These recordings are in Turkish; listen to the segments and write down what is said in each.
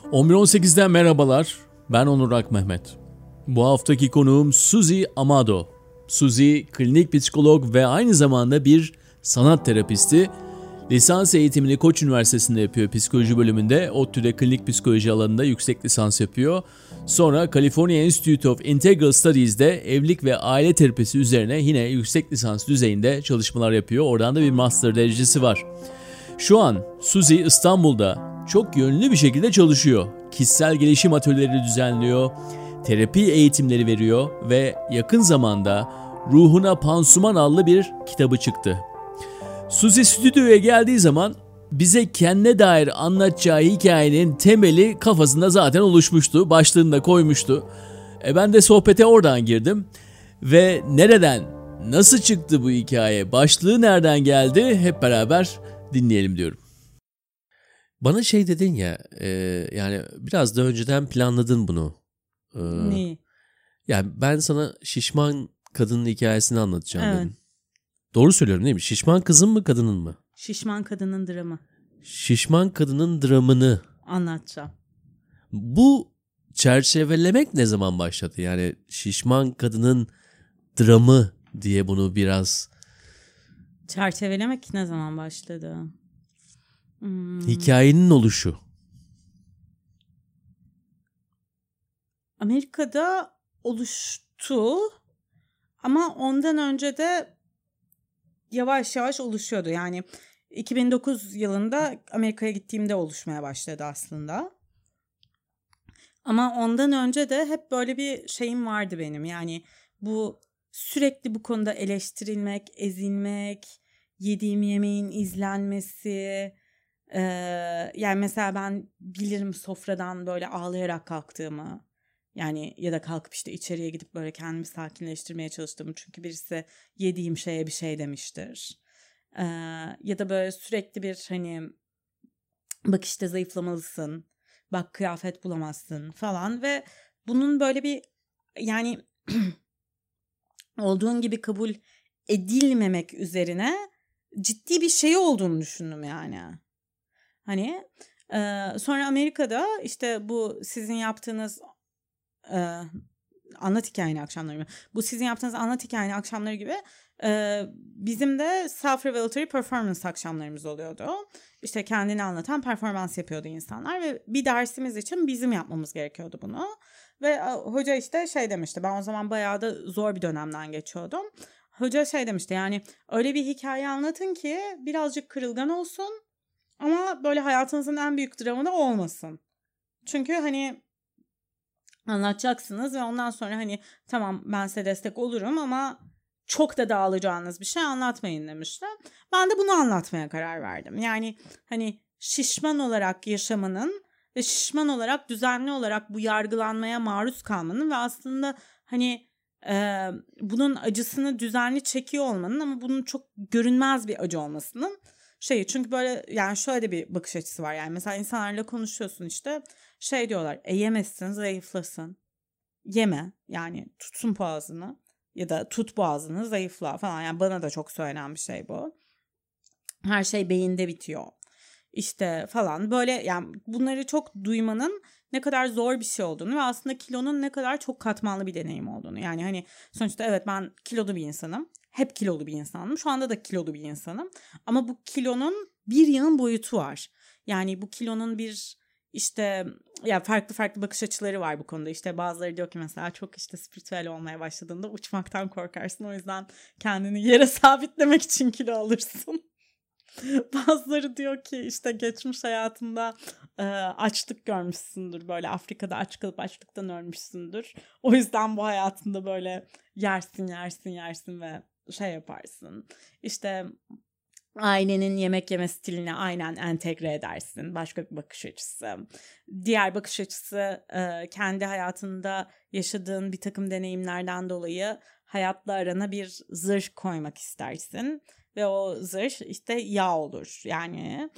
11.18'den merhabalar. Ben Onur Akmehmet. Bu haftaki konuğum Suzy Amado. Suzy, klinik psikolog ve aynı zamanda bir sanat terapisti. Lisans eğitimini Koç Üniversitesi'nde yapıyor psikoloji bölümünde. ODTÜ'de klinik psikoloji alanında yüksek lisans yapıyor. Sonra California Institute of Integral Studies'de evlilik ve aile terapisi üzerine yine yüksek lisans düzeyinde çalışmalar yapıyor. Oradan da bir master derecesi var. Şu an Suzy İstanbul'da çok yönlü bir şekilde çalışıyor. Kişisel gelişim atölyeleri düzenliyor, terapi eğitimleri veriyor ve yakın zamanda Ruhuna Pansuman adlı bir kitabı çıktı. Suzy stüdyoya geldiği zaman bize kendine dair anlatacağı hikayenin temeli kafasında zaten oluşmuştu, başlığını da koymuştu. Ben de sohbete oradan girdim ve nereden, nasıl çıktı bu hikaye, başlığı nereden geldi hep beraber dinleyelim diyorum. Bana şey dedin ya, yani biraz da önceden planladın bunu. Neyi? Yani ben sana şişman kadının hikayesini anlatacağım Evet. dedim. Doğru söylüyorum değil mi? Şişman kızın mı kadının mı? Şişman kadının dramı. Şişman kadının dramını Anlatacağım. bu çerçevelemek ne zaman başladı? Yani şişman kadının dramı diye bunu biraz Çerçevelemek ne zaman başladı? hikayenin oluşu. Amerika'da oluştu ama ondan önce de yavaş yavaş oluşuyordu. Yani 2009 yılında Amerika'ya gittiğimde oluşmaya başladı aslında. Ama ondan önce de hep böyle bir şeyim vardı benim. Yani bu sürekli bu konuda eleştirilmek, ezilmek, yediğim yemeğin izlenmesi. Yani mesela ben bilirim sofradan böyle ağlayarak kalktığımı. Yani ya da kalkıp işte içeriye gidip böyle kendimi sakinleştirmeye çalıştığımı. Çünkü birisi yediğim şeye bir şey demiştir. Ya da böyle sürekli bir hani bak işte zayıflamalısın. Bak kıyafet bulamazsın falan ve bunun böyle bir yani olduğun gibi kabul edilmemek üzerine ciddi bir şey olduğunu düşündüm yani. Hani sonra Amerika'da işte bu sizin yaptığınız anlat hikayeni akşamları gibi. Bu sizin yaptığınız anlat hikayeni akşamları gibi bizim de self-revelatory performance akşamlarımız oluyordu. İşte kendini anlatan performans yapıyordu insanlar ve bir dersimiz için bizim yapmamız gerekiyordu bunu. Ve hoca işte şey demişti, ben o zaman bayağı da zor bir dönemden geçiyordum. Hoca şey demişti, yani öyle bir hikaye anlatın ki birazcık kırılgan olsun ama böyle hayatınızın en büyük dramı da olmasın. Çünkü hani anlatacaksınız ve ondan sonra hani tamam ben size destek olurum ama çok da dağılacağınız bir şey anlatmayın demişti. Ben de bunu anlatmaya karar verdim. Yani hani şişman olarak yaşamanın ve şişman olarak düzenli olarak bu yargılanmaya maruz kalmanın ve aslında hani bunun acısını düzenli çekiyor olmanın ama bunun çok görünmez bir acı olmasının şeyi. Çünkü böyle yani şöyle bir bakış açısı var. Yani mesela insanlarla konuşuyorsun işte şey diyorlar, yemezsin zayıflasın. Yeme yani tutsun boğazını ya da tut boğazını zayıfla falan. Yani bana da çok söylenen bir şey bu. Her şey beyinde bitiyor. İşte falan böyle yani bunları çok duymanın ne kadar zor bir şey olduğunu ve aslında kilonun ne kadar çok katmanlı bir deneyim olduğunu. Yani hani sonuçta evet ben kilolu bir insanım. Hep kilolu bir insanım. Şu anda da kilolu bir insanım. Ama bu kilonun bir yığın boyutu var. Yani bu kilonun bir işte ya farklı bakış açıları var bu konuda. İşte bazıları diyor ki mesela çok işte spiritüel olmaya başladığında uçmaktan korkarsın. O yüzden kendini yere sabitlemek için kilo alırsın. Bazıları diyor ki işte geçmiş hayatında açlık görmüşsündür, böyle Afrika'da aç kalıp açlıktan ölmüşsündür. O yüzden bu hayatında böyle yersin ve şey yaparsın. İşte ailenin yemek yeme stiline aynen entegre edersin. Başka bir bakış açısı. Diğer bakış açısı kendi hayatında yaşadığın bir takım deneyimlerden dolayı hayatla arana bir zırh koymak istersin. Ve o zırh işte yağ olur yani.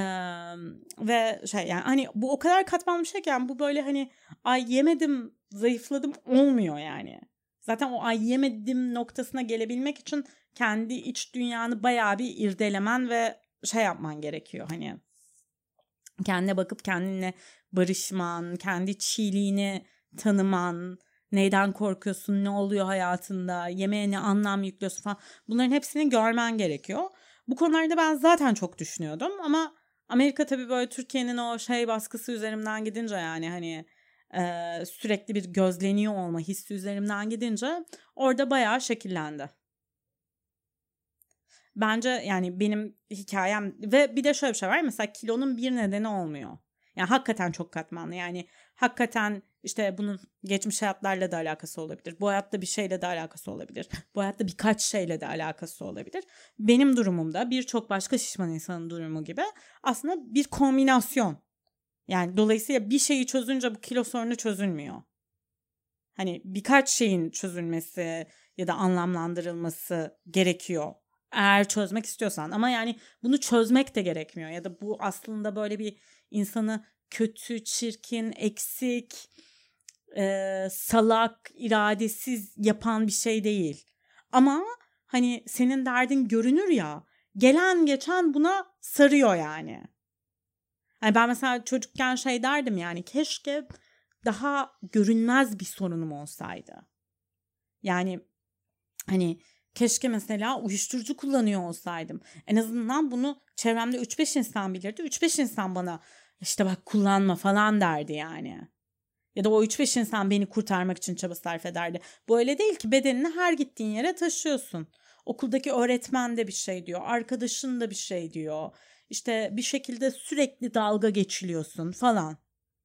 Ve şey yani hani bu o kadar katmanlı bir şey ki yani bu böyle hani ay yemedim zayıfladım olmuyor yani. Zaten o ay yemedim noktasına gelebilmek için kendi iç dünyanı bayağı bir irdelemen ve şey yapman gerekiyor hani kendine bakıp kendinle barışman, kendi çiğliğini tanıman, neyden korkuyorsun, ne oluyor hayatında, yemeğe ne anlam yüklüyorsun falan. Bunların hepsini görmen gerekiyor. Bu konularda ben zaten çok düşünüyordum ama Amerika tabii böyle Türkiye'nin o baskısı üzerimden gidince, yani hani sürekli bir gözleniyor olma hissi üzerimden gidince orada bayağı şekillendi. Bence yani benim hikayem ve bir de şöyle bir şey var, mesela kilonun bir nedeni olmuyor. Yani hakikaten çok katmanlı, yani hakikaten işte bunun geçmiş hayatlarla da alakası olabilir. Bu hayatta bir şeyle de alakası olabilir. Bu hayatta birkaç şeyle de alakası olabilir. Benim durumumda birçok başka şişman insanın durumu gibi aslında bir kombinasyon. Yani dolayısıyla bir şeyi çözünce bu kilo sorunu çözülmüyor. Hani birkaç şeyin çözülmesi ya da anlamlandırılması gerekiyor eğer çözmek istiyorsan. Ama yani bunu çözmek de gerekmiyor. Ya da bu aslında böyle bir insanı kötü, çirkin, eksik, salak, iradesiz yapan bir şey değil. Ama hani senin derdin görünür ya, gelen geçen buna sarıyor yani. Yani ben mesela çocukken derdim, yani keşke daha görünmez bir sorunum olsaydı. Yani hani keşke mesela uyuşturucu kullanıyor olsaydım. En azından bunu çevremde 3-5 insan bilirdi. 3-5 insan bana işte bak kullanma falan derdi yani. Ya da o 3-5 insan beni kurtarmak için çaba sarf ederdi. Bu öyle değil ki, bedenini her gittiğin yere taşıyorsun. Okuldaki öğretmen de bir şey diyor. Arkadaşın da bir şey diyor. İşte bir şekilde sürekli dalga geçiliyorsun falan.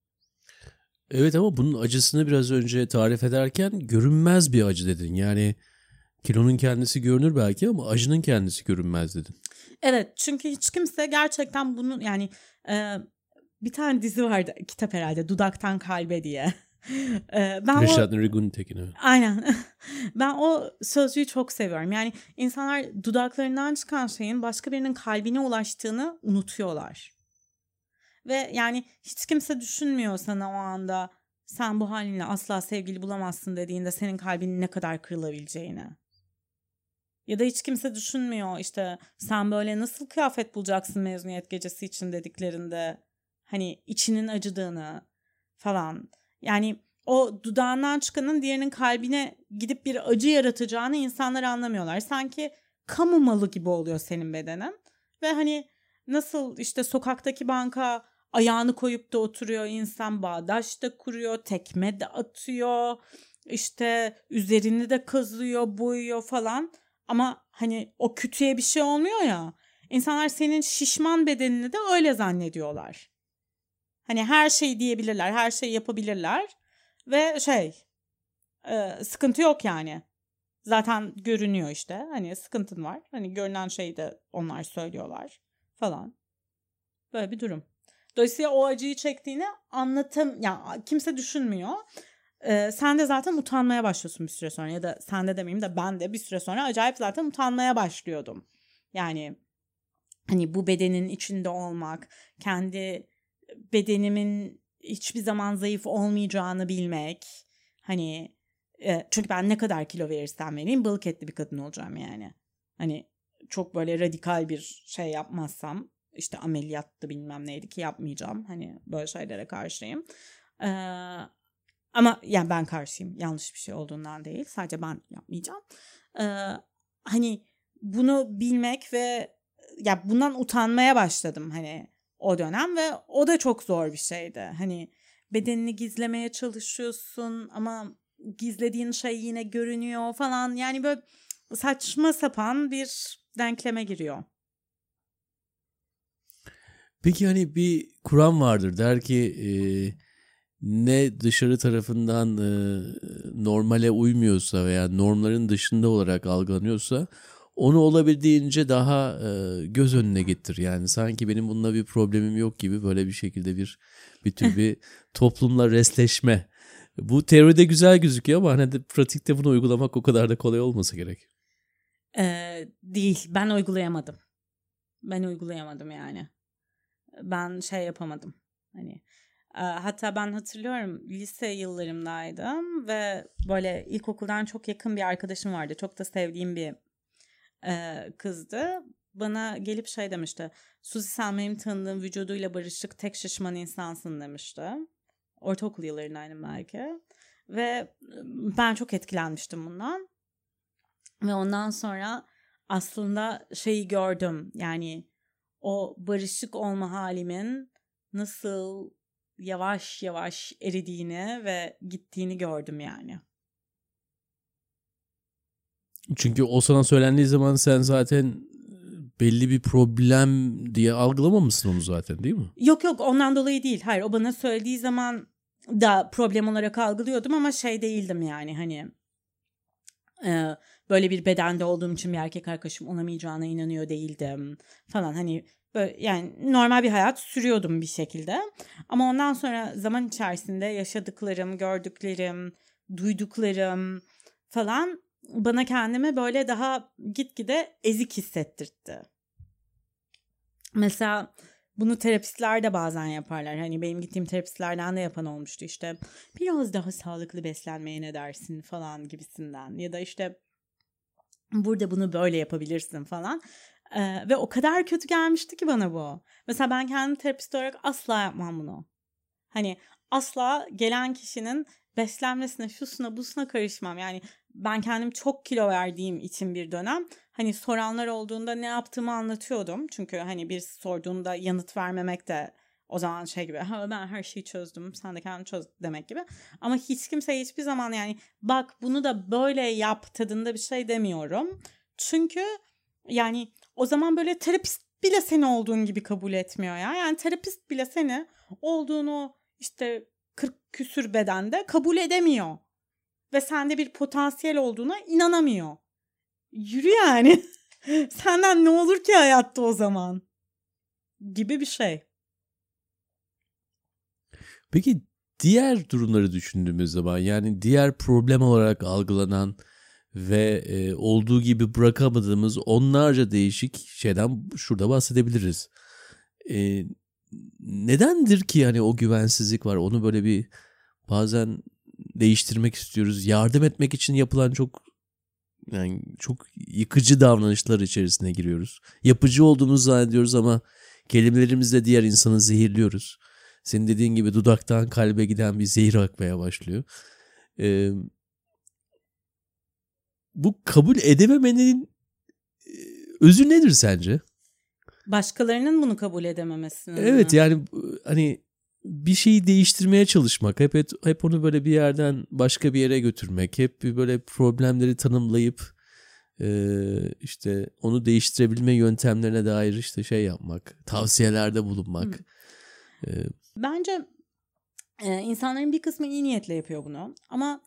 Evet ama bunun acısını biraz önce tarif ederken görünmez bir acı dedin. Yani kilonun kendisi görünür belki ama acının kendisi görünmez dedin. Evet, çünkü hiç kimse gerçekten bunu, yani bir tane dizi vardı, kitap herhalde, Dudaktan Kalbe diye. Reşat Nuri Güntekin. Aynen. Ben o sözcüğü çok seviyorum. Yani insanlar dudaklarından çıkan şeyin başka birinin kalbine ulaştığını unutuyorlar. Ve yani hiç kimse düşünmüyor sana o anda sen bu halinle asla sevgili bulamazsın dediğinde senin kalbinin ne kadar kırılabileceğini. Ya da hiç kimse düşünmüyor işte sen böyle nasıl kıyafet bulacaksın mezuniyet gecesi için dediklerinde hani içinin acıdığını falan. Yani o dudağından çıkanın diğerinin kalbine gidip bir acı yaratacağını insanlar anlamıyorlar. Sanki kamu malı gibi oluyor senin bedenin. Ve hani nasıl işte sokaktaki banka ayağını koyup da oturuyor, insan bağdaş da kuruyor, tekme de atıyor, işte üzerini de kazıyor, boyuyor falan. Ama hani o kütüye bir şey olmuyor ya. İnsanlar senin şişman bedenini de öyle zannediyorlar. Hani her şeyi diyebilirler, her şeyi yapabilirler ve sıkıntı yok yani. Zaten görünüyor işte. Hani sıkıntın var. Hani görünen şeyi de onlar söylüyorlar falan. Böyle bir durum. Dolayısıyla o acıyı çektiğini yani kimse düşünmüyor. Sen de zaten utanmaya başlıyorsun bir süre sonra, ya da sen de demeyeyim de ben de bir süre sonra acayip zaten utanmaya başlıyordum. Yani hani bu bedenin içinde olmak, kendi bedenimin hiçbir zaman zayıf olmayacağını bilmek, hani çünkü ben ne kadar kilo verirsem vereyim balık etli bir kadın olacağım yani. Hani çok böyle radikal bir şey yapmazsam, işte ameliyattı bilmem neydi ki yapmayacağım. Hani böyle şeylere karşıyım. Ama yani ben karşıyım. Yanlış bir şey olduğundan değil. Sadece ben yapmayacağım. Hani bunu bilmek ve ya bundan utanmaya başladım hani o dönem ve o da çok zor bir şeydi. Hani bedenini gizlemeye çalışıyorsun ama gizlediğin şey yine görünüyor falan. Yani böyle saçma sapan bir denkleme giriyor. Peki hani bir kuram vardır, der ki ne dışarı tarafından normale uymuyorsa veya normların dışında olarak algılanıyorsa onu olabildiğince daha göz önüne getir. Yani sanki benim bununla bir problemim yok gibi, böyle bir şekilde bir tür bir toplumla resleşme. Bu teoride güzel gözüküyor ama hani de pratikte bunu uygulamak o kadar da kolay olmasa gerek. Değil. Ben uygulayamadım. Yani. Ben yapamadım. Hani hatta ben hatırlıyorum, lise yıllarımdaydım ve böyle ilkokuldan çok yakın bir arkadaşım vardı. Çok da sevdiğim bir kızdı. bana gelip şey demişti. Suzi sen benim tanıdığım vücuduyla barışık tek şişman insansın demişti. Ortaokul yıllarındaydım belki. Ve ben çok etkilenmiştim bundan. Ve ondan sonra aslında şeyi gördüm. Yani o barışık olma halimin nasıl yavaş yavaş eridiğini ve gittiğini gördüm yani. Çünkü o sana söylendiği zaman sen zaten belli bir problem diye algılamamışsın onu zaten, değil mi? Yok ondan dolayı değil. Hayır, o bana söylediği zaman da problem olarak algılıyordum ama şey değildim yani hani böyle bir bedende olduğum için bir erkek arkadaşım olamayacağına inanıyor değildim falan, hani böyle yani normal bir hayat sürüyordum bir şekilde. Ama ondan sonra zaman içerisinde yaşadıklarım, gördüklerim, duyduklarım falan bana kendimi böyle daha gitgide ezik hissettirtti. Mesela bunu terapistler de bazen yaparlar. Hani benim gittiğim terapistlerden de yapan olmuştu işte. Biraz daha sağlıklı beslenmeye ne dersin falan gibisinden. Ya da işte burada bunu böyle yapabilirsin falan. Ve o kadar kötü gelmişti ki bana bu. Mesela ben kendim terapist olarak asla yapmam bunu. Hani asla gelen kişinin beslenmesine, şusuna, busuna karışmam. Yani ben kendim çok kilo verdiğim için bir dönem hani soranlar olduğunda ne yaptığımı anlatıyordum. Çünkü hani birisi sorduğunda yanıt vermemek de o zaman şey gibi, ha ben her şeyi çözdüm, sen de kendini çöz demek gibi. Ama hiç kimseye hiçbir zaman yani bak bunu da böyle yap tadında bir şey demiyorum. Çünkü yani o zaman böyle terapist bile seni olduğun gibi kabul etmiyor ya. Yani terapist bile seni olduğunu işte 40 küsür bedende kabul edemiyor. Ve sende bir potansiyel olduğuna inanamıyor. Yürü yani. Senden ne olur ki hayatta o zaman? Gibi bir şey. Peki diğer durumları düşündüğümüz zaman, yani diğer problem olarak algılanan ve olduğu gibi bırakamadığımız onlarca değişik şeyden şurada bahsedebiliriz. Nedendir ki hani o güvensizlik var? Onu böyle bir bazen değiştirmek istiyoruz. Yardım etmek için yapılan çok yıkıcı davranışlar içerisine giriyoruz. Yapıcı olduğumuzu zannediyoruz ama kelimelerimizle diğer insanı zehirliyoruz. Senin dediğin gibi dudaktan kalbe giden bir zehir akmaya başlıyor. Bu kabul edememenin özü nedir sence? Başkalarının bunu kabul edememesinin. Evet, yani hani bir şeyi değiştirmeye çalışmak, hep onu böyle bir yerden başka bir yere götürmek, hep böyle problemleri tanımlayıp işte onu değiştirebilme yöntemlerine dair işte şey yapmak, tavsiyelerde bulunmak. Bence insanların bir kısmı iyi niyetle yapıyor bunu. Ama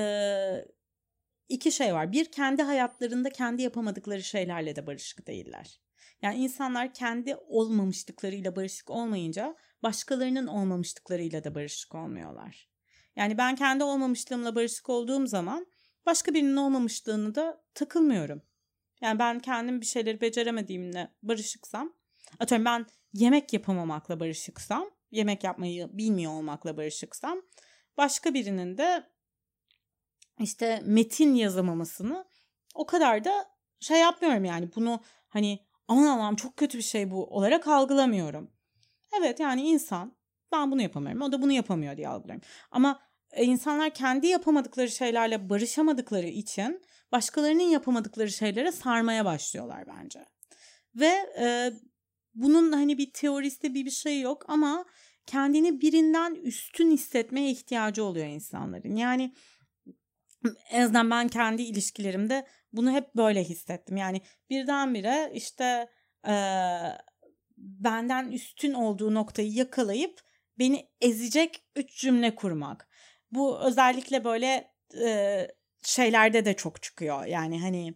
iki şey var. Bir, kendi hayatlarında kendi yapamadıkları şeylerle de barışık değiller. Yani insanlar kendi olmamışlıklarıyla barışık olmayınca başkalarının olmamışlıklarıyla da barışık olmuyorlar. Yani ben kendi olmamışlığımla barışık olduğum zaman başka birinin olmamışlığını da takılmıyorum. Yani ben kendim bir şeyleri beceremediğimle barışıksam, atıyorum ben yemek yapamamakla barışıksam, yemek yapmayı bilmiyor olmakla barışıksam, başka birinin de işte metin yazamamasını o kadar da şey yapmıyorum yani, bunu hani aman Allah'ım çok kötü bir şey bu olarak algılamıyorum. Evet yani insan, ben bunu yapamıyorum, o da bunu yapamıyor diye algılıyorum. Ama insanlar kendi yapamadıkları şeylerle barışamadıkları için başkalarının yapamadıkları şeylere sarmaya başlıyorlar bence. Ve bunun hani bir teorisi bir şey yok ama kendini birinden üstün hissetmeye ihtiyacı oluyor insanların. Yani en azından ben kendi ilişkilerimde bunu hep böyle hissettim. Yani birdenbire işte benden üstün olduğu noktayı yakalayıp beni ezecek 3 cümle kurmak. Bu özellikle böyle şeylerde de çok çıkıyor. Yani hani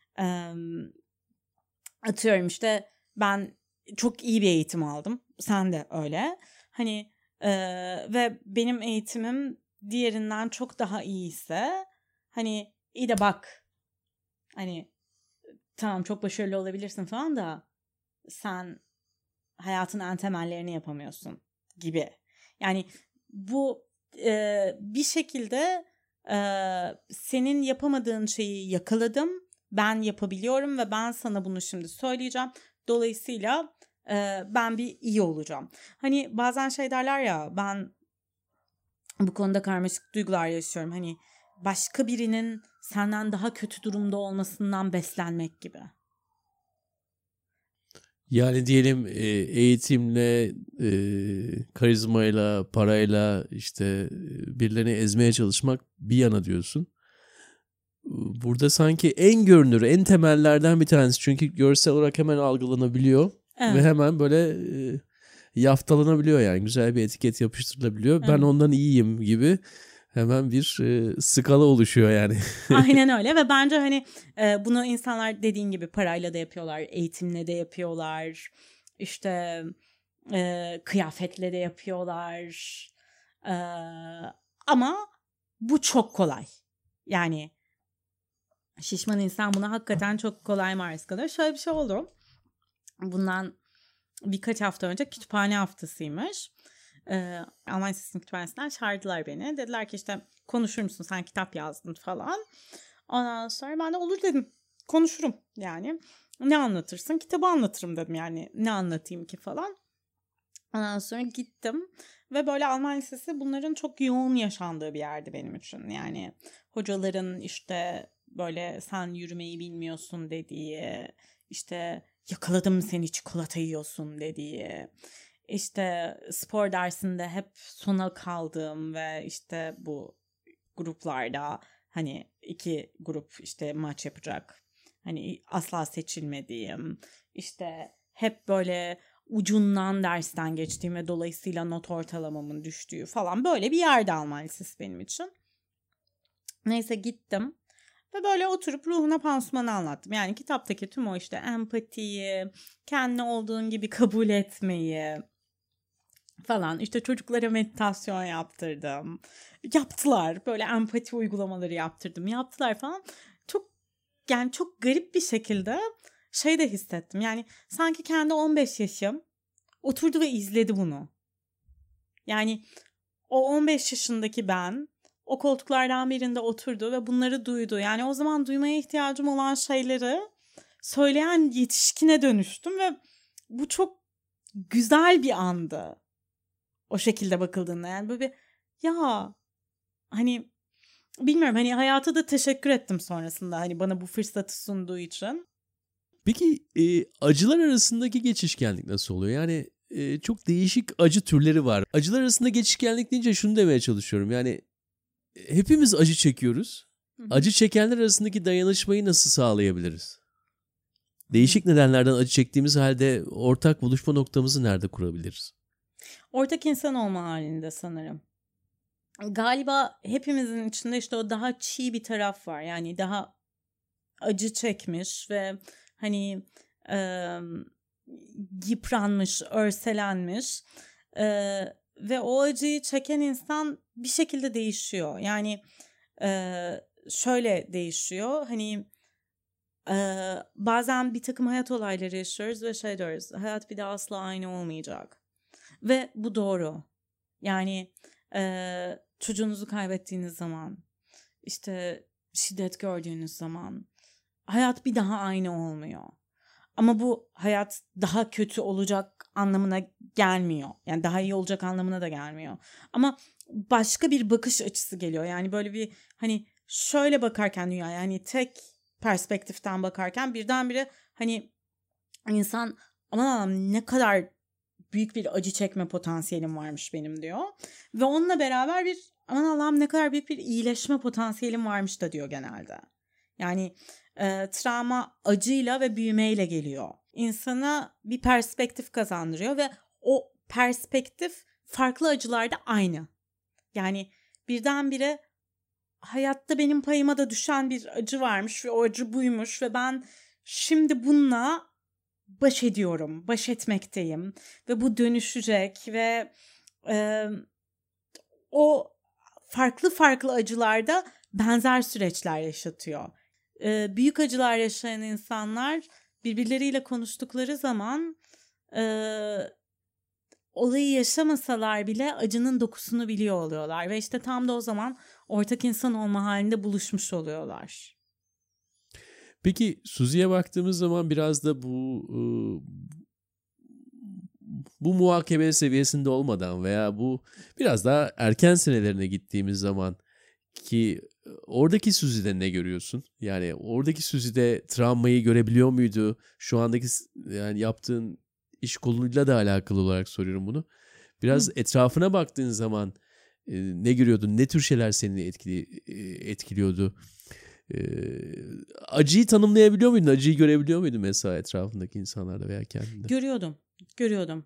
atıyorum işte ben çok iyi bir eğitim aldım. Sen de öyle. Hani ve benim eğitimim diğerinden çok daha iyiyse hani iyi de bak hani tamam çok başarılı olabilirsin falan da sen hayatın en temellerini yapamıyorsun gibi. Yani bu bir şekilde senin yapamadığın şeyi yakaladım ben yapabiliyorum ve ben sana bunu şimdi söyleyeceğim. Dolayısıyla ben bir iyi olacağım. Hani bazen şey derler ya, ben bu konuda karmaşık duygular yaşıyorum. Hani başka birinin senden daha kötü durumda olmasından beslenmek gibi. Yani diyelim eğitimle, karizmayla, parayla işte birilerini ezmeye çalışmak bir yana diyorsun. Burada sanki en görünür, en temellerden bir tanesi. Çünkü görsel olarak hemen algılanabiliyor. Evet. Ve hemen böyle yaftalanabiliyor yani. Güzel bir etiket yapıştırılabiliyor. Evet. Ben ondan iyiyim gibi hemen bir skala oluşuyor yani. Aynen öyle ve bence hani bunu insanlar dediğin gibi parayla da yapıyorlar, eğitimle de yapıyorlar, işte kıyafetle de yapıyorlar. Ama bu çok kolay. Yani şişman insan buna hakikaten çok kolay maruz kalıyor. Şöyle bir şey oldu. Bundan birkaç hafta önce kütüphane haftasıymış. Alman Ses'in kütüphanesinden çağırdılar beni. Dediler ki işte konuşur musun, sen kitap yazdın falan. Ondan sonra ben de olur dedim. Konuşurum yani. Ne anlatırsın? Kitabı anlatırım dedim yani. Ne anlatayım ki falan. Ondan sonra gittim. Ve böyle Alman Lisesi bunların çok yoğun yaşandığı bir yerdi benim için. Yani hocaların işte böyle sen yürümeyi bilmiyorsun dediği, işte yakaladım seni çikolata yiyorsun dediği, işte spor dersinde hep sona kaldığım ve işte bu gruplarda hani 2 grup işte maç yapacak. Hani asla seçilmediğim, işte hep böyle ucundan dersten geçtiğim ve dolayısıyla not ortalamamın düştüğü falan böyle bir yerde Alman Lisesi benim için. Neyse gittim. Ve böyle oturup ruhuna pansumanı anlattım. Yani kitaptaki tüm o işte empatiyi, kendini olduğun gibi kabul etmeyi falan. İşte çocuklara meditasyon yaptırdım. Yaptılar. Böyle empati uygulamaları yaptırdım. Yaptılar falan. Çok garip bir şekilde şey de hissettim. Yani sanki kendi 15 yaşım oturdu ve izledi bunu. Yani o 15 yaşındaki ben o koltuklardan birinde oturdu ve bunları duydu. Yani o zaman duymaya ihtiyacım olan şeyleri söyleyen yetişkine dönüştüm ve bu çok güzel bir andı. O şekilde bakıldığında yani böyle bir ya hani bilmiyorum hani hayata da teşekkür ettim sonrasında hani bana bu fırsatı sunduğu için. Peki acılar arasındaki geçişkenlik nasıl oluyor? Yani çok değişik acı türleri var. Acılar arasında geçişkenlik deyince şunu demeye çalışıyorum. Yani hepimiz acı çekiyoruz. Hı hı. Acı çekenler arasındaki dayanışmayı nasıl sağlayabiliriz? Değişik nedenlerden acı çektiğimiz halde ortak buluşma noktamızı nerede kurabiliriz? Ortak insan olma halinde sanırım. Galiba hepimizin içinde işte o daha çiğ bir taraf var. Yani daha acı çekmiş ve hani yıpranmış, örselenmiş ve o acıyı çeken insan bir şekilde değişiyor. Yani şöyle değişiyor. Hani bazen bir takım hayat olayları yaşıyoruz ve şey diyoruz. Hayat bir daha asla aynı olmayacak. Ve bu doğru. Yani çocuğunuzu kaybettiğiniz zaman, işte şiddet gördüğünüz zaman hayat bir daha aynı olmuyor. Ama bu hayat daha kötü olacak anlamına gelmiyor. Yani daha iyi olacak anlamına da gelmiyor. Ama başka bir bakış açısı geliyor. Yani böyle bir hani şöyle bakarken dünya yani tek perspektiften bakarken birdenbire hani insan aman ne kadar büyük bir acı çekme potansiyelim varmış benim diyor. Ve onunla beraber bir aman Allah'ım ne kadar büyük bir iyileşme potansiyelim varmış da diyor genelde. Yani travma acıyla ve büyümeyle geliyor. İnsana bir perspektif kazandırıyor ve o perspektif farklı acılarda aynı. Yani birdenbire hayatta benim payıma da düşen bir acı varmış ve o acı buymuş ve ben şimdi bununla baş ediyorum, baş etmekteyim ve bu dönüşecek ve o farklı acılarda benzer süreçler yaşatıyor. Büyük acılar yaşayan insanlar birbirleriyle konuştukları zaman olayı yaşamasalar bile acının dokusunu biliyor oluyorlar ve işte tam da o zaman ortak insan olma halinde buluşmuş oluyorlar. Peki Suzi'ye baktığımız zaman biraz da bu muhakeme seviyesinde olmadan veya bu biraz daha erken senelerine gittiğimiz zaman ki oradaki Suzi'de ne görüyorsun? Yani oradaki Suzi'de travmayı görebiliyor muydu? Şu andaki yani yaptığın iş koluyla da alakalı olarak soruyorum bunu. Biraz etrafına baktığın zaman ne görüyordun? Ne tür şeyler seni etkiliyordu? Acıyı tanımlayabiliyor muydun? Acıyı görebiliyor muydun mesela etrafındaki insanlarda veya kendinde? Görüyordum.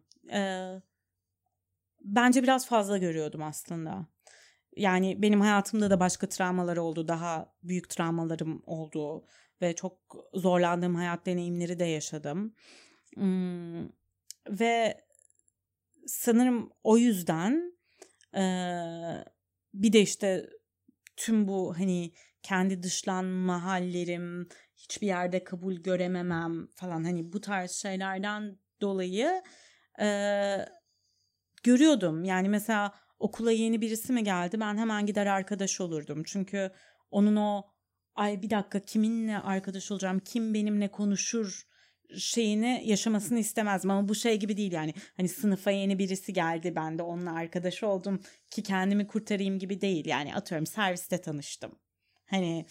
Bence biraz fazla görüyordum aslında. Yani benim hayatımda da başka travmalar oldu. Daha büyük travmalarım oldu. Ve çok zorlandığım hayat deneyimleri de yaşadım. Ve sanırım o yüzden bir de işte tüm bu hani kendi dışlanma hallerim, hiçbir yerde kabul görememem falan, hani bu tarz şeylerden dolayı görüyordum. Yani mesela okula yeni birisi mi geldi, ben hemen gider arkadaş olurdum. Çünkü onun o ay bir dakika kiminle arkadaş olacağım, kim benimle konuşur şeyini yaşamasını istemezdim. Ama bu şey gibi değil yani, hani sınıfa yeni birisi geldi, ben de onunla arkadaş oldum ki kendimi kurtarayım gibi değil. Yani atıyorum serviste tanıştım. Hani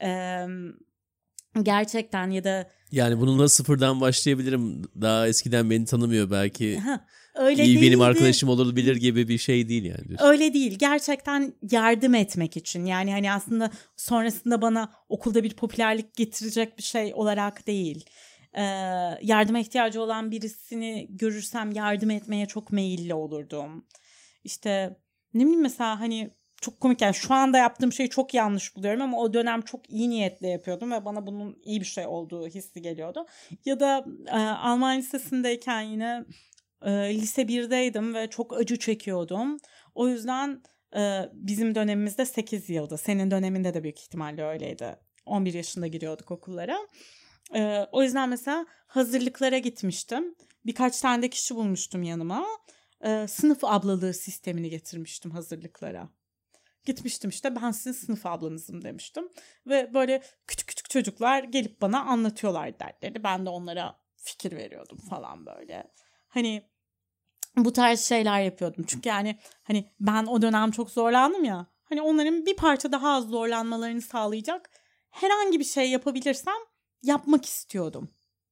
gerçekten ya da yani bununla sıfırdan başlayabilirim. Daha eskiden beni tanımıyor belki. Öyle iyi değildi. Benim arkadaşım olabilir gibi bir şey değil yani. Diyorsun. Öyle değil. Gerçekten yardım etmek için. Yani hani aslında sonrasında bana okulda bir popülerlik getirecek bir şey olarak değil. Yardıma ihtiyacı olan birisini görürsem yardım etmeye çok meyilli olurdum. İşte ne bileyim mesela hani çok komik, yani şu anda yaptığım şeyi çok yanlış buluyorum ama o dönem çok iyi niyetle yapıyordum ve bana bunun iyi bir şey olduğu hissi geliyordu. Ya da Alman lisesindeyken yine lise 1'deydim ve çok acı çekiyordum. O yüzden bizim dönemimizde 8 yıldı. Senin döneminde de büyük ihtimalle öyleydi. 11 yaşında giriyorduk okullara. O yüzden mesela hazırlıklara gitmiştim. Birkaç tane de kişi bulmuştum yanıma. Sınıf ablalığı sistemini getirmiştim hazırlıklara. Gitmiştim işte, ben sizin sınıf ablanızım demiştim. Ve böyle küçük küçük çocuklar gelip bana anlatıyorlar dertlerini. Ben de onlara fikir veriyordum falan böyle. Hani bu tarz şeyler yapıyordum. Çünkü yani hani ben o dönem çok zorlandım ya. Hani onların bir parça daha az zorlanmalarını sağlayacak herhangi bir şey yapabilirsem yapmak istiyordum.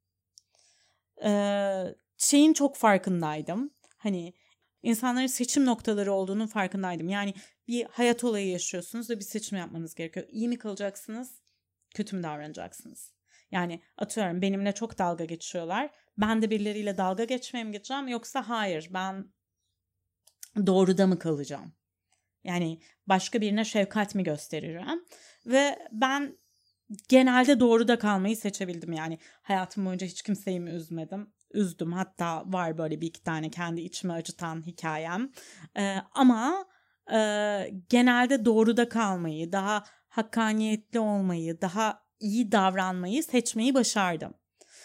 Şeyin çok farkındaydım. Hani insanların seçim noktaları olduğunun farkındaydım. Yani bir hayat olayı yaşıyorsunuz ve bir seçim yapmanız gerekiyor. İyi mi kalacaksınız, kötü mü davranacaksınız? Yani atıyorum benimle çok dalga geçiyorlar. Ben de birileriyle dalga geçmeye mi geçeceğim, yoksa hayır ben doğruda mı kalacağım? Yani başka birine şefkat mi göstereceğim? Ve ben genelde doğruda kalmayı seçebildim. Yani hayatım boyunca hiç kimseyi mi üzdüm. Hatta var böyle bir iki tane kendi içime acıtan hikayem. Ama genelde doğruda kalmayı, daha hakkaniyetli olmayı, daha iyi davranmayı seçmeyi başardım.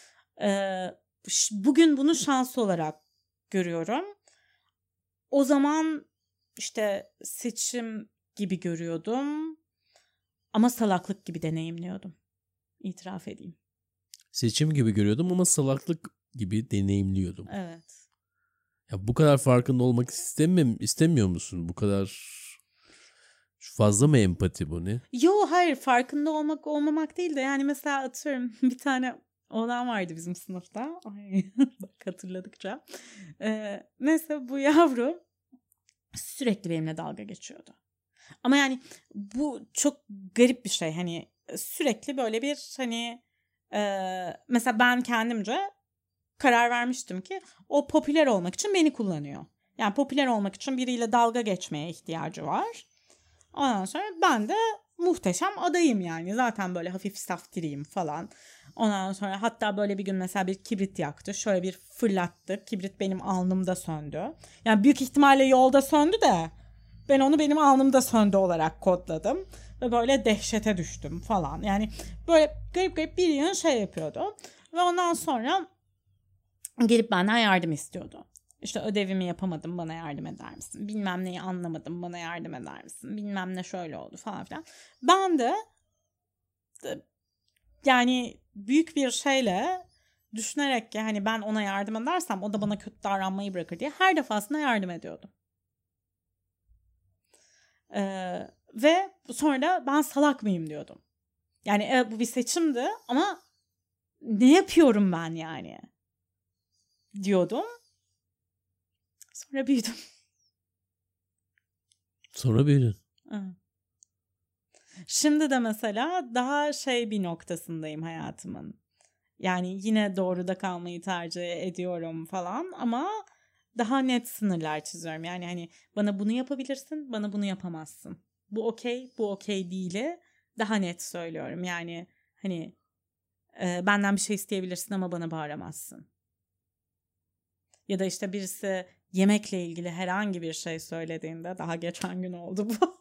Bugün bunu şans olarak görüyorum. O zaman işte seçim gibi görüyordum ama salaklık gibi deneyimliyordum. İtiraf edeyim. Seçim gibi görüyordum ama salaklık gibi deneyimliyordum. Evet. Ya bu kadar farkında olmak istemiyor musun? Bu kadar fazla mı empati bu ne? Yo hayır, farkında olmamak değil de yani mesela atıyorum bir tane oğlan vardı bizim sınıfta. Ay, bak hatırladıkça. Neyse bu yavru sürekli benimle dalga geçiyordu. Ama yani bu çok garip bir şey. Hani sürekli böyle bir hani mesela ben kendimce karar vermiştim ki o popüler olmak için beni kullanıyor. Yani popüler olmak için biriyle dalga geçmeye ihtiyacı var. Ondan sonra ben de muhteşem adayım yani. Zaten böyle hafif saftiriyim falan. Ondan sonra hatta böyle bir gün mesela bir kibrit yaktı. Şöyle bir fırlattı. Kibrit benim alnımda söndü. Yani büyük ihtimalle yolda söndü de ben onu benim alnımda söndü olarak kodladım. Ve böyle dehşete düştüm falan. Yani böyle garip bir yığın şey yapıyordu. Ve ondan sonra gelip benden yardım istiyordu. İşte ödevimi yapamadım, bana yardım eder misin? Bilmem neyi anlamadım, bana yardım eder misin? Bilmem ne şöyle oldu falan filan. Ben de yani büyük bir şeyle düşünerek ki hani ben ona yardım edersem o da bana kötü davranmayı bırakır diye her defasında yardım ediyordum. Ve sonra da ben salak mıyım diyordum. Yani bu bir seçimdi ama ne yapıyorum ben yani diyordum. Sonra büyüdüm. Sonra büyüdün. Şimdi de mesela daha bir noktasındayım hayatımın. Yani yine doğruda kalmayı tercih ediyorum falan ama daha net sınırlar çiziyorum. Yani hani bana bunu yapabilirsin, bana bunu yapamazsın. Bu okey, bu okey değil'i daha net söylüyorum. Yani hani benden bir şey isteyebilirsin ama bana bağıramazsın. Ya da işte birisi yemekle ilgili herhangi bir şey söylediğinde, daha geçen gün oldu bu.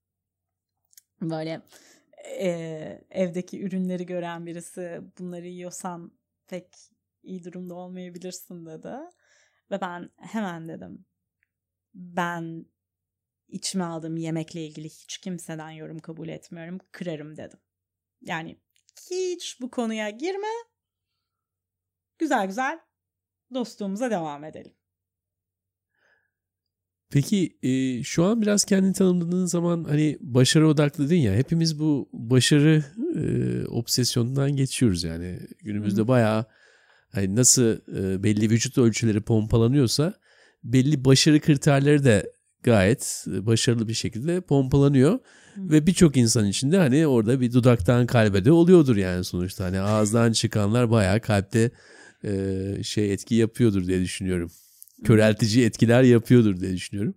Böyle evdeki ürünleri gören birisi bunları yiyorsan pek iyi durumda olmayabilirsin dedi. Ve ben hemen dedim, ben içime aldığım yemekle ilgili hiç kimseden yorum kabul etmiyorum, kırarım dedim. Yani hiç bu konuya girme, güzel güzel dostluğumuza devam edelim. Peki şu an biraz kendini tanımladığın zaman hani başarı odaklı dedin ya, hepimiz bu başarı obsesyonundan geçiyoruz yani. Günümüzde bayağı hani nasıl belli vücut ölçüleri pompalanıyorsa belli başarı kriterleri de gayet başarılı bir şekilde pompalanıyor. Ve birçok insan için de hani orada bir dudaktan kalbe de oluyordur yani sonuçta. Hani ağızdan çıkanlar bayağı kalpte etki yapıyordur diye düşünüyorum. Köreltici etkiler yapıyordur diye düşünüyorum.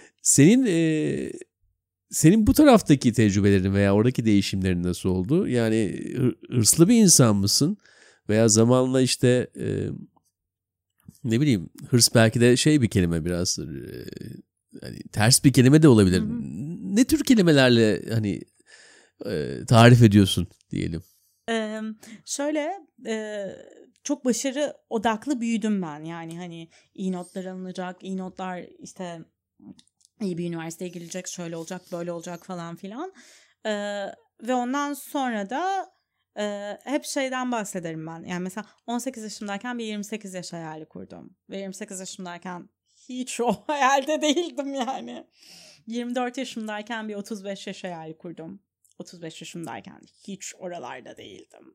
Senin bu taraftaki tecrübelerin veya oradaki değişimlerin nasıl oldu? Yani hırslı bir insan mısın? Veya zamanla işte ne bileyim, hırs belki de bir kelime biraz hani ters bir kelime de olabilir. Ne tür kelimelerle hani tarif ediyorsun diyelim? Çok başarı odaklı büyüdüm ben. Yani hani iyi notlar alınacak, iyi notlar işte iyi bir üniversiteye girecek, şöyle olacak, böyle olacak falan filan. Ve ondan sonra da hep şeyden bahsederim ben. Yani mesela 18 yaşımdayken bir 28 yaş hayali kurdum. Ve 28 yaşımdayken hiç o hayalde değildim yani. 24 yaşımdayken bir 35 yaş hayali kurdum. 35 yaşımdayken hiç oralarda değildim.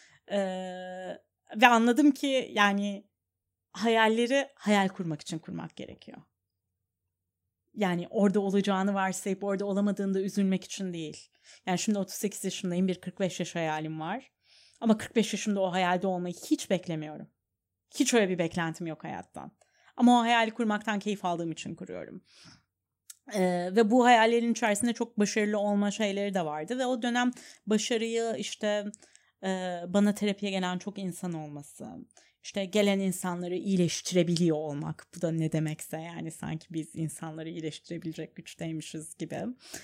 Ve anladım ki yani hayalleri hayal kurmak için kurmak gerekiyor. Yani orada olacağını varsayıp orada olamadığında üzülmek için değil. Yani şimdi 38 yaşındayım, bir 45 yaş hayalim var. Ama 45 yaşında o hayalde olmayı hiç beklemiyorum. Hiç öyle bir beklentim yok hayattan. Ama o hayali kurmaktan keyif aldığım için kuruyorum. Ve bu hayallerin içerisinde çok başarılı olma şeyleri de vardı. Ve o dönem başarıyı işte bana terapiye gelen çok insan olması, işte gelen insanları iyileştirebiliyor olmak, bu da ne demekse yani sanki biz insanları iyileştirebilecek güçteymişiz gibi,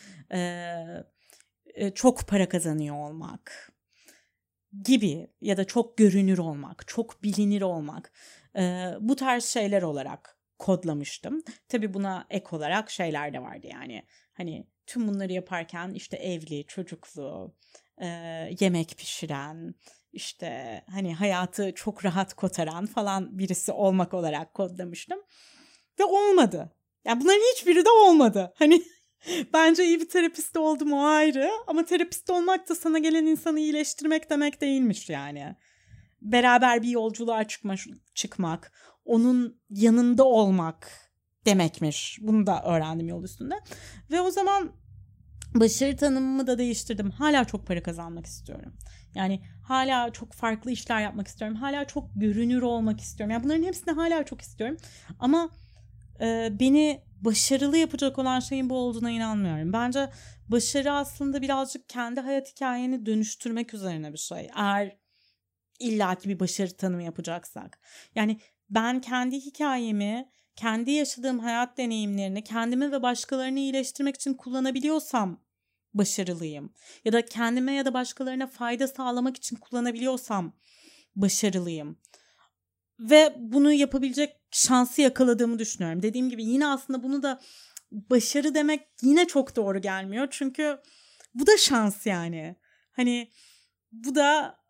çok para kazanıyor olmak gibi ya da çok görünür olmak, çok bilinir olmak, bu tarz şeyler olarak kodlamıştım. Tabii buna ek olarak şeyler de vardı yani hani tüm bunları yaparken işte evli, çocuklu, yemek pişiren, işte hani hayatı çok rahat kotaran falan birisi olmak olarak kodlamıştım. Ve olmadı. Yani bunların hiçbiri de olmadı. Hani bence iyi bir terapist oldum, o ayrı. Ama terapist olmak da sana gelen insanı iyileştirmek demek değilmiş yani. Beraber bir yolculuğa çıkmak, onun yanında olmak demekmiş. Bunu da öğrendim yol üstünde. Ve o zaman başarı tanımımı da değiştirdim. Hala çok para kazanmak istiyorum. Yani hala çok farklı işler yapmak istiyorum. Hala çok görünür olmak istiyorum. Yani bunların hepsini hala çok istiyorum. Ama beni başarılı yapacak olan şeyin bu olduğuna inanmıyorum. Bence başarı aslında birazcık kendi hayat hikayeni dönüştürmek üzerine bir şey. Eğer illaki bir başarı tanımı yapacaksak. Yani ben kendi hikayemi, kendi yaşadığım hayat deneyimlerini kendimi ve başkalarını iyileştirmek için kullanabiliyorsam başarılıyım. Ya da kendime ya da başkalarına fayda sağlamak için kullanabiliyorsam başarılıyım. Ve bunu yapabilecek şansı yakaladığımı düşünüyorum. Dediğim gibi yine aslında bunu da başarı demek yine çok doğru gelmiyor. Çünkü bu da şans yani. Hani bu da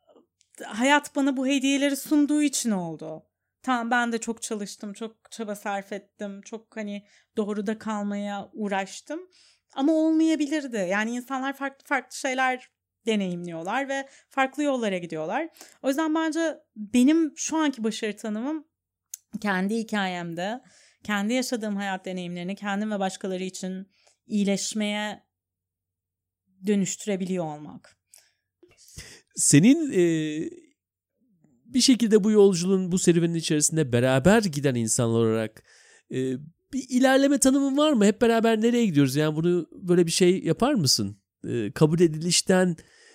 hayat bana bu hediyeleri sunduğu için oldu. Tamam, ben de çok çalıştım, çok çaba sarf ettim, çok hani doğruda kalmaya uğraştım. Ama olmayabilirdi. Yani insanlar farklı farklı şeyler deneyimliyorlar ve farklı yollara gidiyorlar. O yüzden bence benim şu anki başarı tanımım kendi hikayemde, kendi yaşadığım hayat deneyimlerini kendim ve başkaları için iyileşmeye dönüştürebiliyor olmak. Senin bir şekilde bu yolculuğun, bu serüvenin içerisinde beraber giden insanlar olarak bir ilerleme tanımın var mı? Hep beraber nereye gidiyoruz? Yani bunu böyle bir şey yapar mısın? Kabul edilişten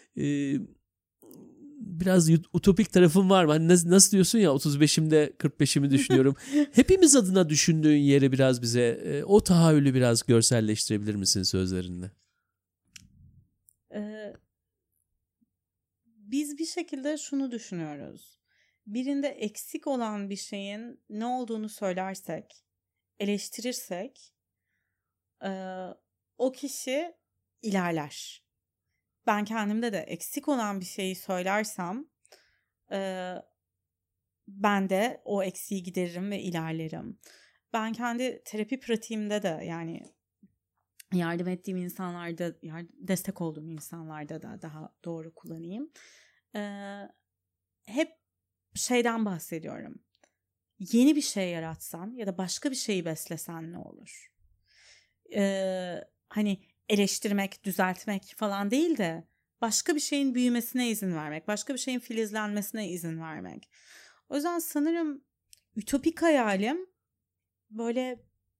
biraz utopik tarafın var mı? Hani nasıl diyorsun ya, 35'imde 45'imi düşünüyorum. Hepimiz adına düşündüğün yeri biraz bize, o tahayyülü biraz görselleştirebilir misin sözlerinle? Biz bir şekilde şunu düşünüyoruz. Birinde eksik olan bir şeyin ne olduğunu söylersek, eleştirirsek o kişi ilerler. Ben kendimde de eksik olan bir şeyi söylersem ben de o eksiği gideririm ve ilerlerim. Ben kendi terapi pratiğimde de, yani yardım ettiğim insanlarda, destek olduğum insanlarda da daha doğru kullanayım. Hep şeyden bahsediyorum. Yeni bir şey yaratsan ya da başka bir şeyi beslesen ne olur? Hani eleştirmek, düzeltmek falan değil de başka bir şeyin büyümesine izin vermek, başka bir şeyin filizlenmesine izin vermek. O yüzden sanırım ütopik hayalim böyle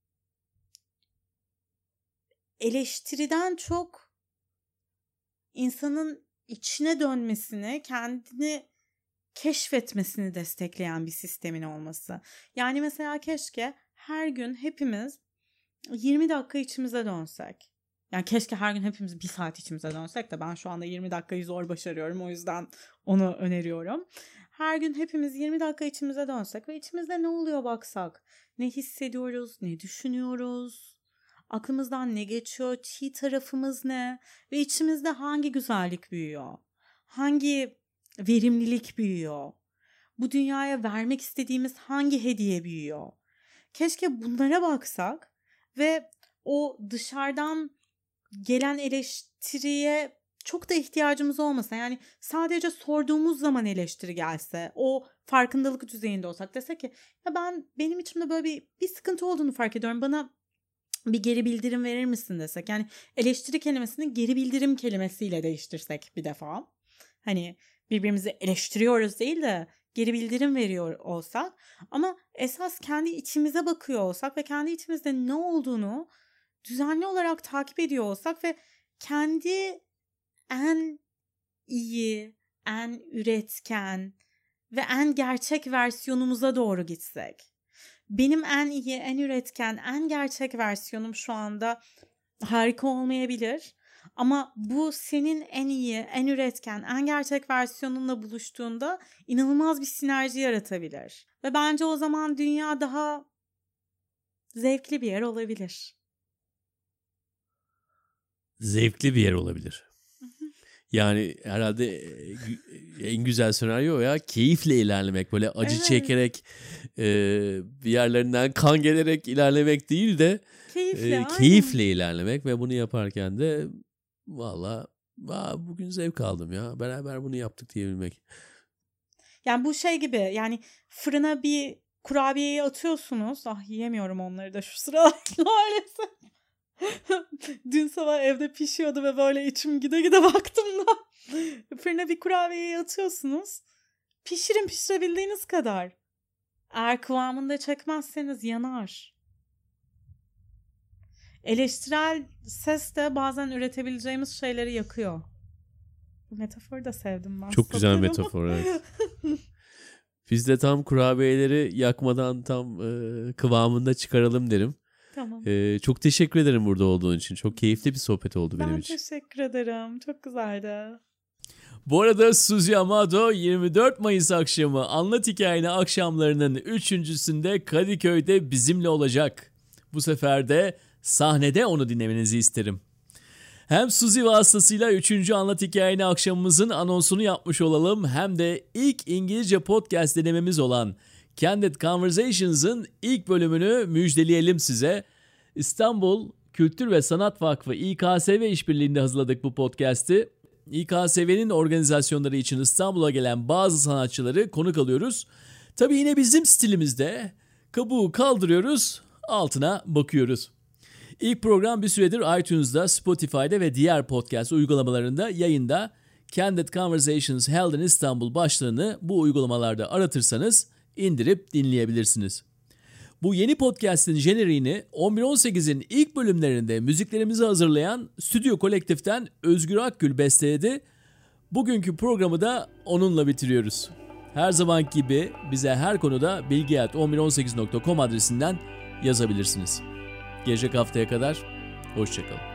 eleştiriden çok insanın içine dönmesini, kendini keşfetmesini destekleyen bir sistemin olması. Yani mesela keşke her gün hepimiz 20 dakika içimize dönsek. Yani keşke her gün hepimiz 1 saat içimize dönsek de ben şu anda 20 dakikayı zor başarıyorum. O yüzden onu öneriyorum. Her gün hepimiz 20 dakika içimize dönsek ve içimizde ne oluyor baksak. Ne hissediyoruz, ne düşünüyoruz, aklımızdan ne geçiyor, çiğ tarafımız ne ve içimizde hangi güzellik büyüyor, hangi verimlilik büyüyor, bu dünyaya vermek istediğimiz hangi hediye büyüyor. Keşke bunlara baksak ve o dışarıdan gelen eleştiriye çok da ihtiyacımız olmasa, yani sadece sorduğumuz zaman eleştiri gelse, o farkındalık düzeyinde olsak, desek ki ya benim içimde böyle bir sıkıntı olduğunu fark ediyorum, bana bir geri bildirim verir misin desek. Yani eleştiri kelimesini geri bildirim kelimesiyle değiştirsek bir defa. Hani birbirimizi eleştiriyoruz değil de geri bildirim veriyor olsak, ama esas kendi içimize bakıyor olsak ve kendi içimizde ne olduğunu düzenli olarak takip ediyor olsak ve kendi en iyi, en üretken ve en gerçek versiyonumuza doğru gitsek. Benim en iyi, en üretken, en gerçek versiyonum şu anda harika olmayabilir. Ama bu senin en iyi, en üretken, en gerçek versiyonunla buluştuğunda inanılmaz bir sinerji yaratabilir. Ve bence o zaman dünya daha zevkli bir yer olabilir. Zevkli bir yer olabilir. Yani herhalde en güzel senaryo ya, keyifle ilerlemek, böyle acı çekerek bir yerlerinden kan gelerek ilerlemek değil de keyifle ilerlemek ve bunu yaparken de valla bugün zevk aldım ya, beraber bunu yaptık diyebilmek. Yani bu şey gibi, yani fırına bir kurabiyeyi atıyorsunuz. Yiyemiyorum onları da şu sıralar maalesef. Dün sabah evde pişiyordu ve böyle içim gide baktım da. Fırına bir kurabiyeyi atıyorsunuz. Pişirin pişirebildiğiniz kadar. Eğer kıvamında çekmezseniz yanar. Eleştirel ses de bazen üretebileceğimiz şeyleri yakıyor. Bu metaforu da sevdim ben. Çok güzel metafor, evet. Biz de tam kurabiyeleri yakmadan tam kıvamında çıkaralım derim. Tamam. Çok teşekkür ederim burada olduğun için. Çok keyifli bir sohbet oldu benim için. Ben teşekkür ederim. Çok güzeldi. Bu arada Suzi Amado 24 Mayıs akşamı Anlat Hikayeni akşamlarının 3.'sünde Kadıköy'de bizimle olacak. Bu sefer de sahnede onu dinlemenizi isterim. Hem Suzi vasıtasıyla 3. Anlat Hikayeni akşamımızın anonsunu yapmış olalım, hem de ilk İngilizce podcast denememiz olan Candid Conversations'ın ilk bölümünü müjdeleyelim size. İstanbul Kültür ve Sanat Vakfı İKSV işbirliğinde hazırladık bu podcast'i. İKSV'nin organizasyonları için İstanbul'a gelen bazı sanatçıları konuk alıyoruz. Tabii yine bizim stilimizde kabuğu kaldırıyoruz, altına bakıyoruz. İlk program bir süredir iTunes'da, Spotify'da ve diğer podcast uygulamalarında yayında. Candid Conversations Held in Istanbul başlığını bu uygulamalarda aratırsanız indirip dinleyebilirsiniz. Bu yeni podcast'in jeneriğini 11-18'in ilk bölümlerinde müziklerimizi hazırlayan Stüdyo Kolektif'ten Özgür Akgül besteledi. Bugünkü programı da onunla bitiriyoruz. Her zamanki gibi bize her konuda bilgi@1118.com adresinden yazabilirsiniz. Gelecek haftaya kadar hoşça kalın.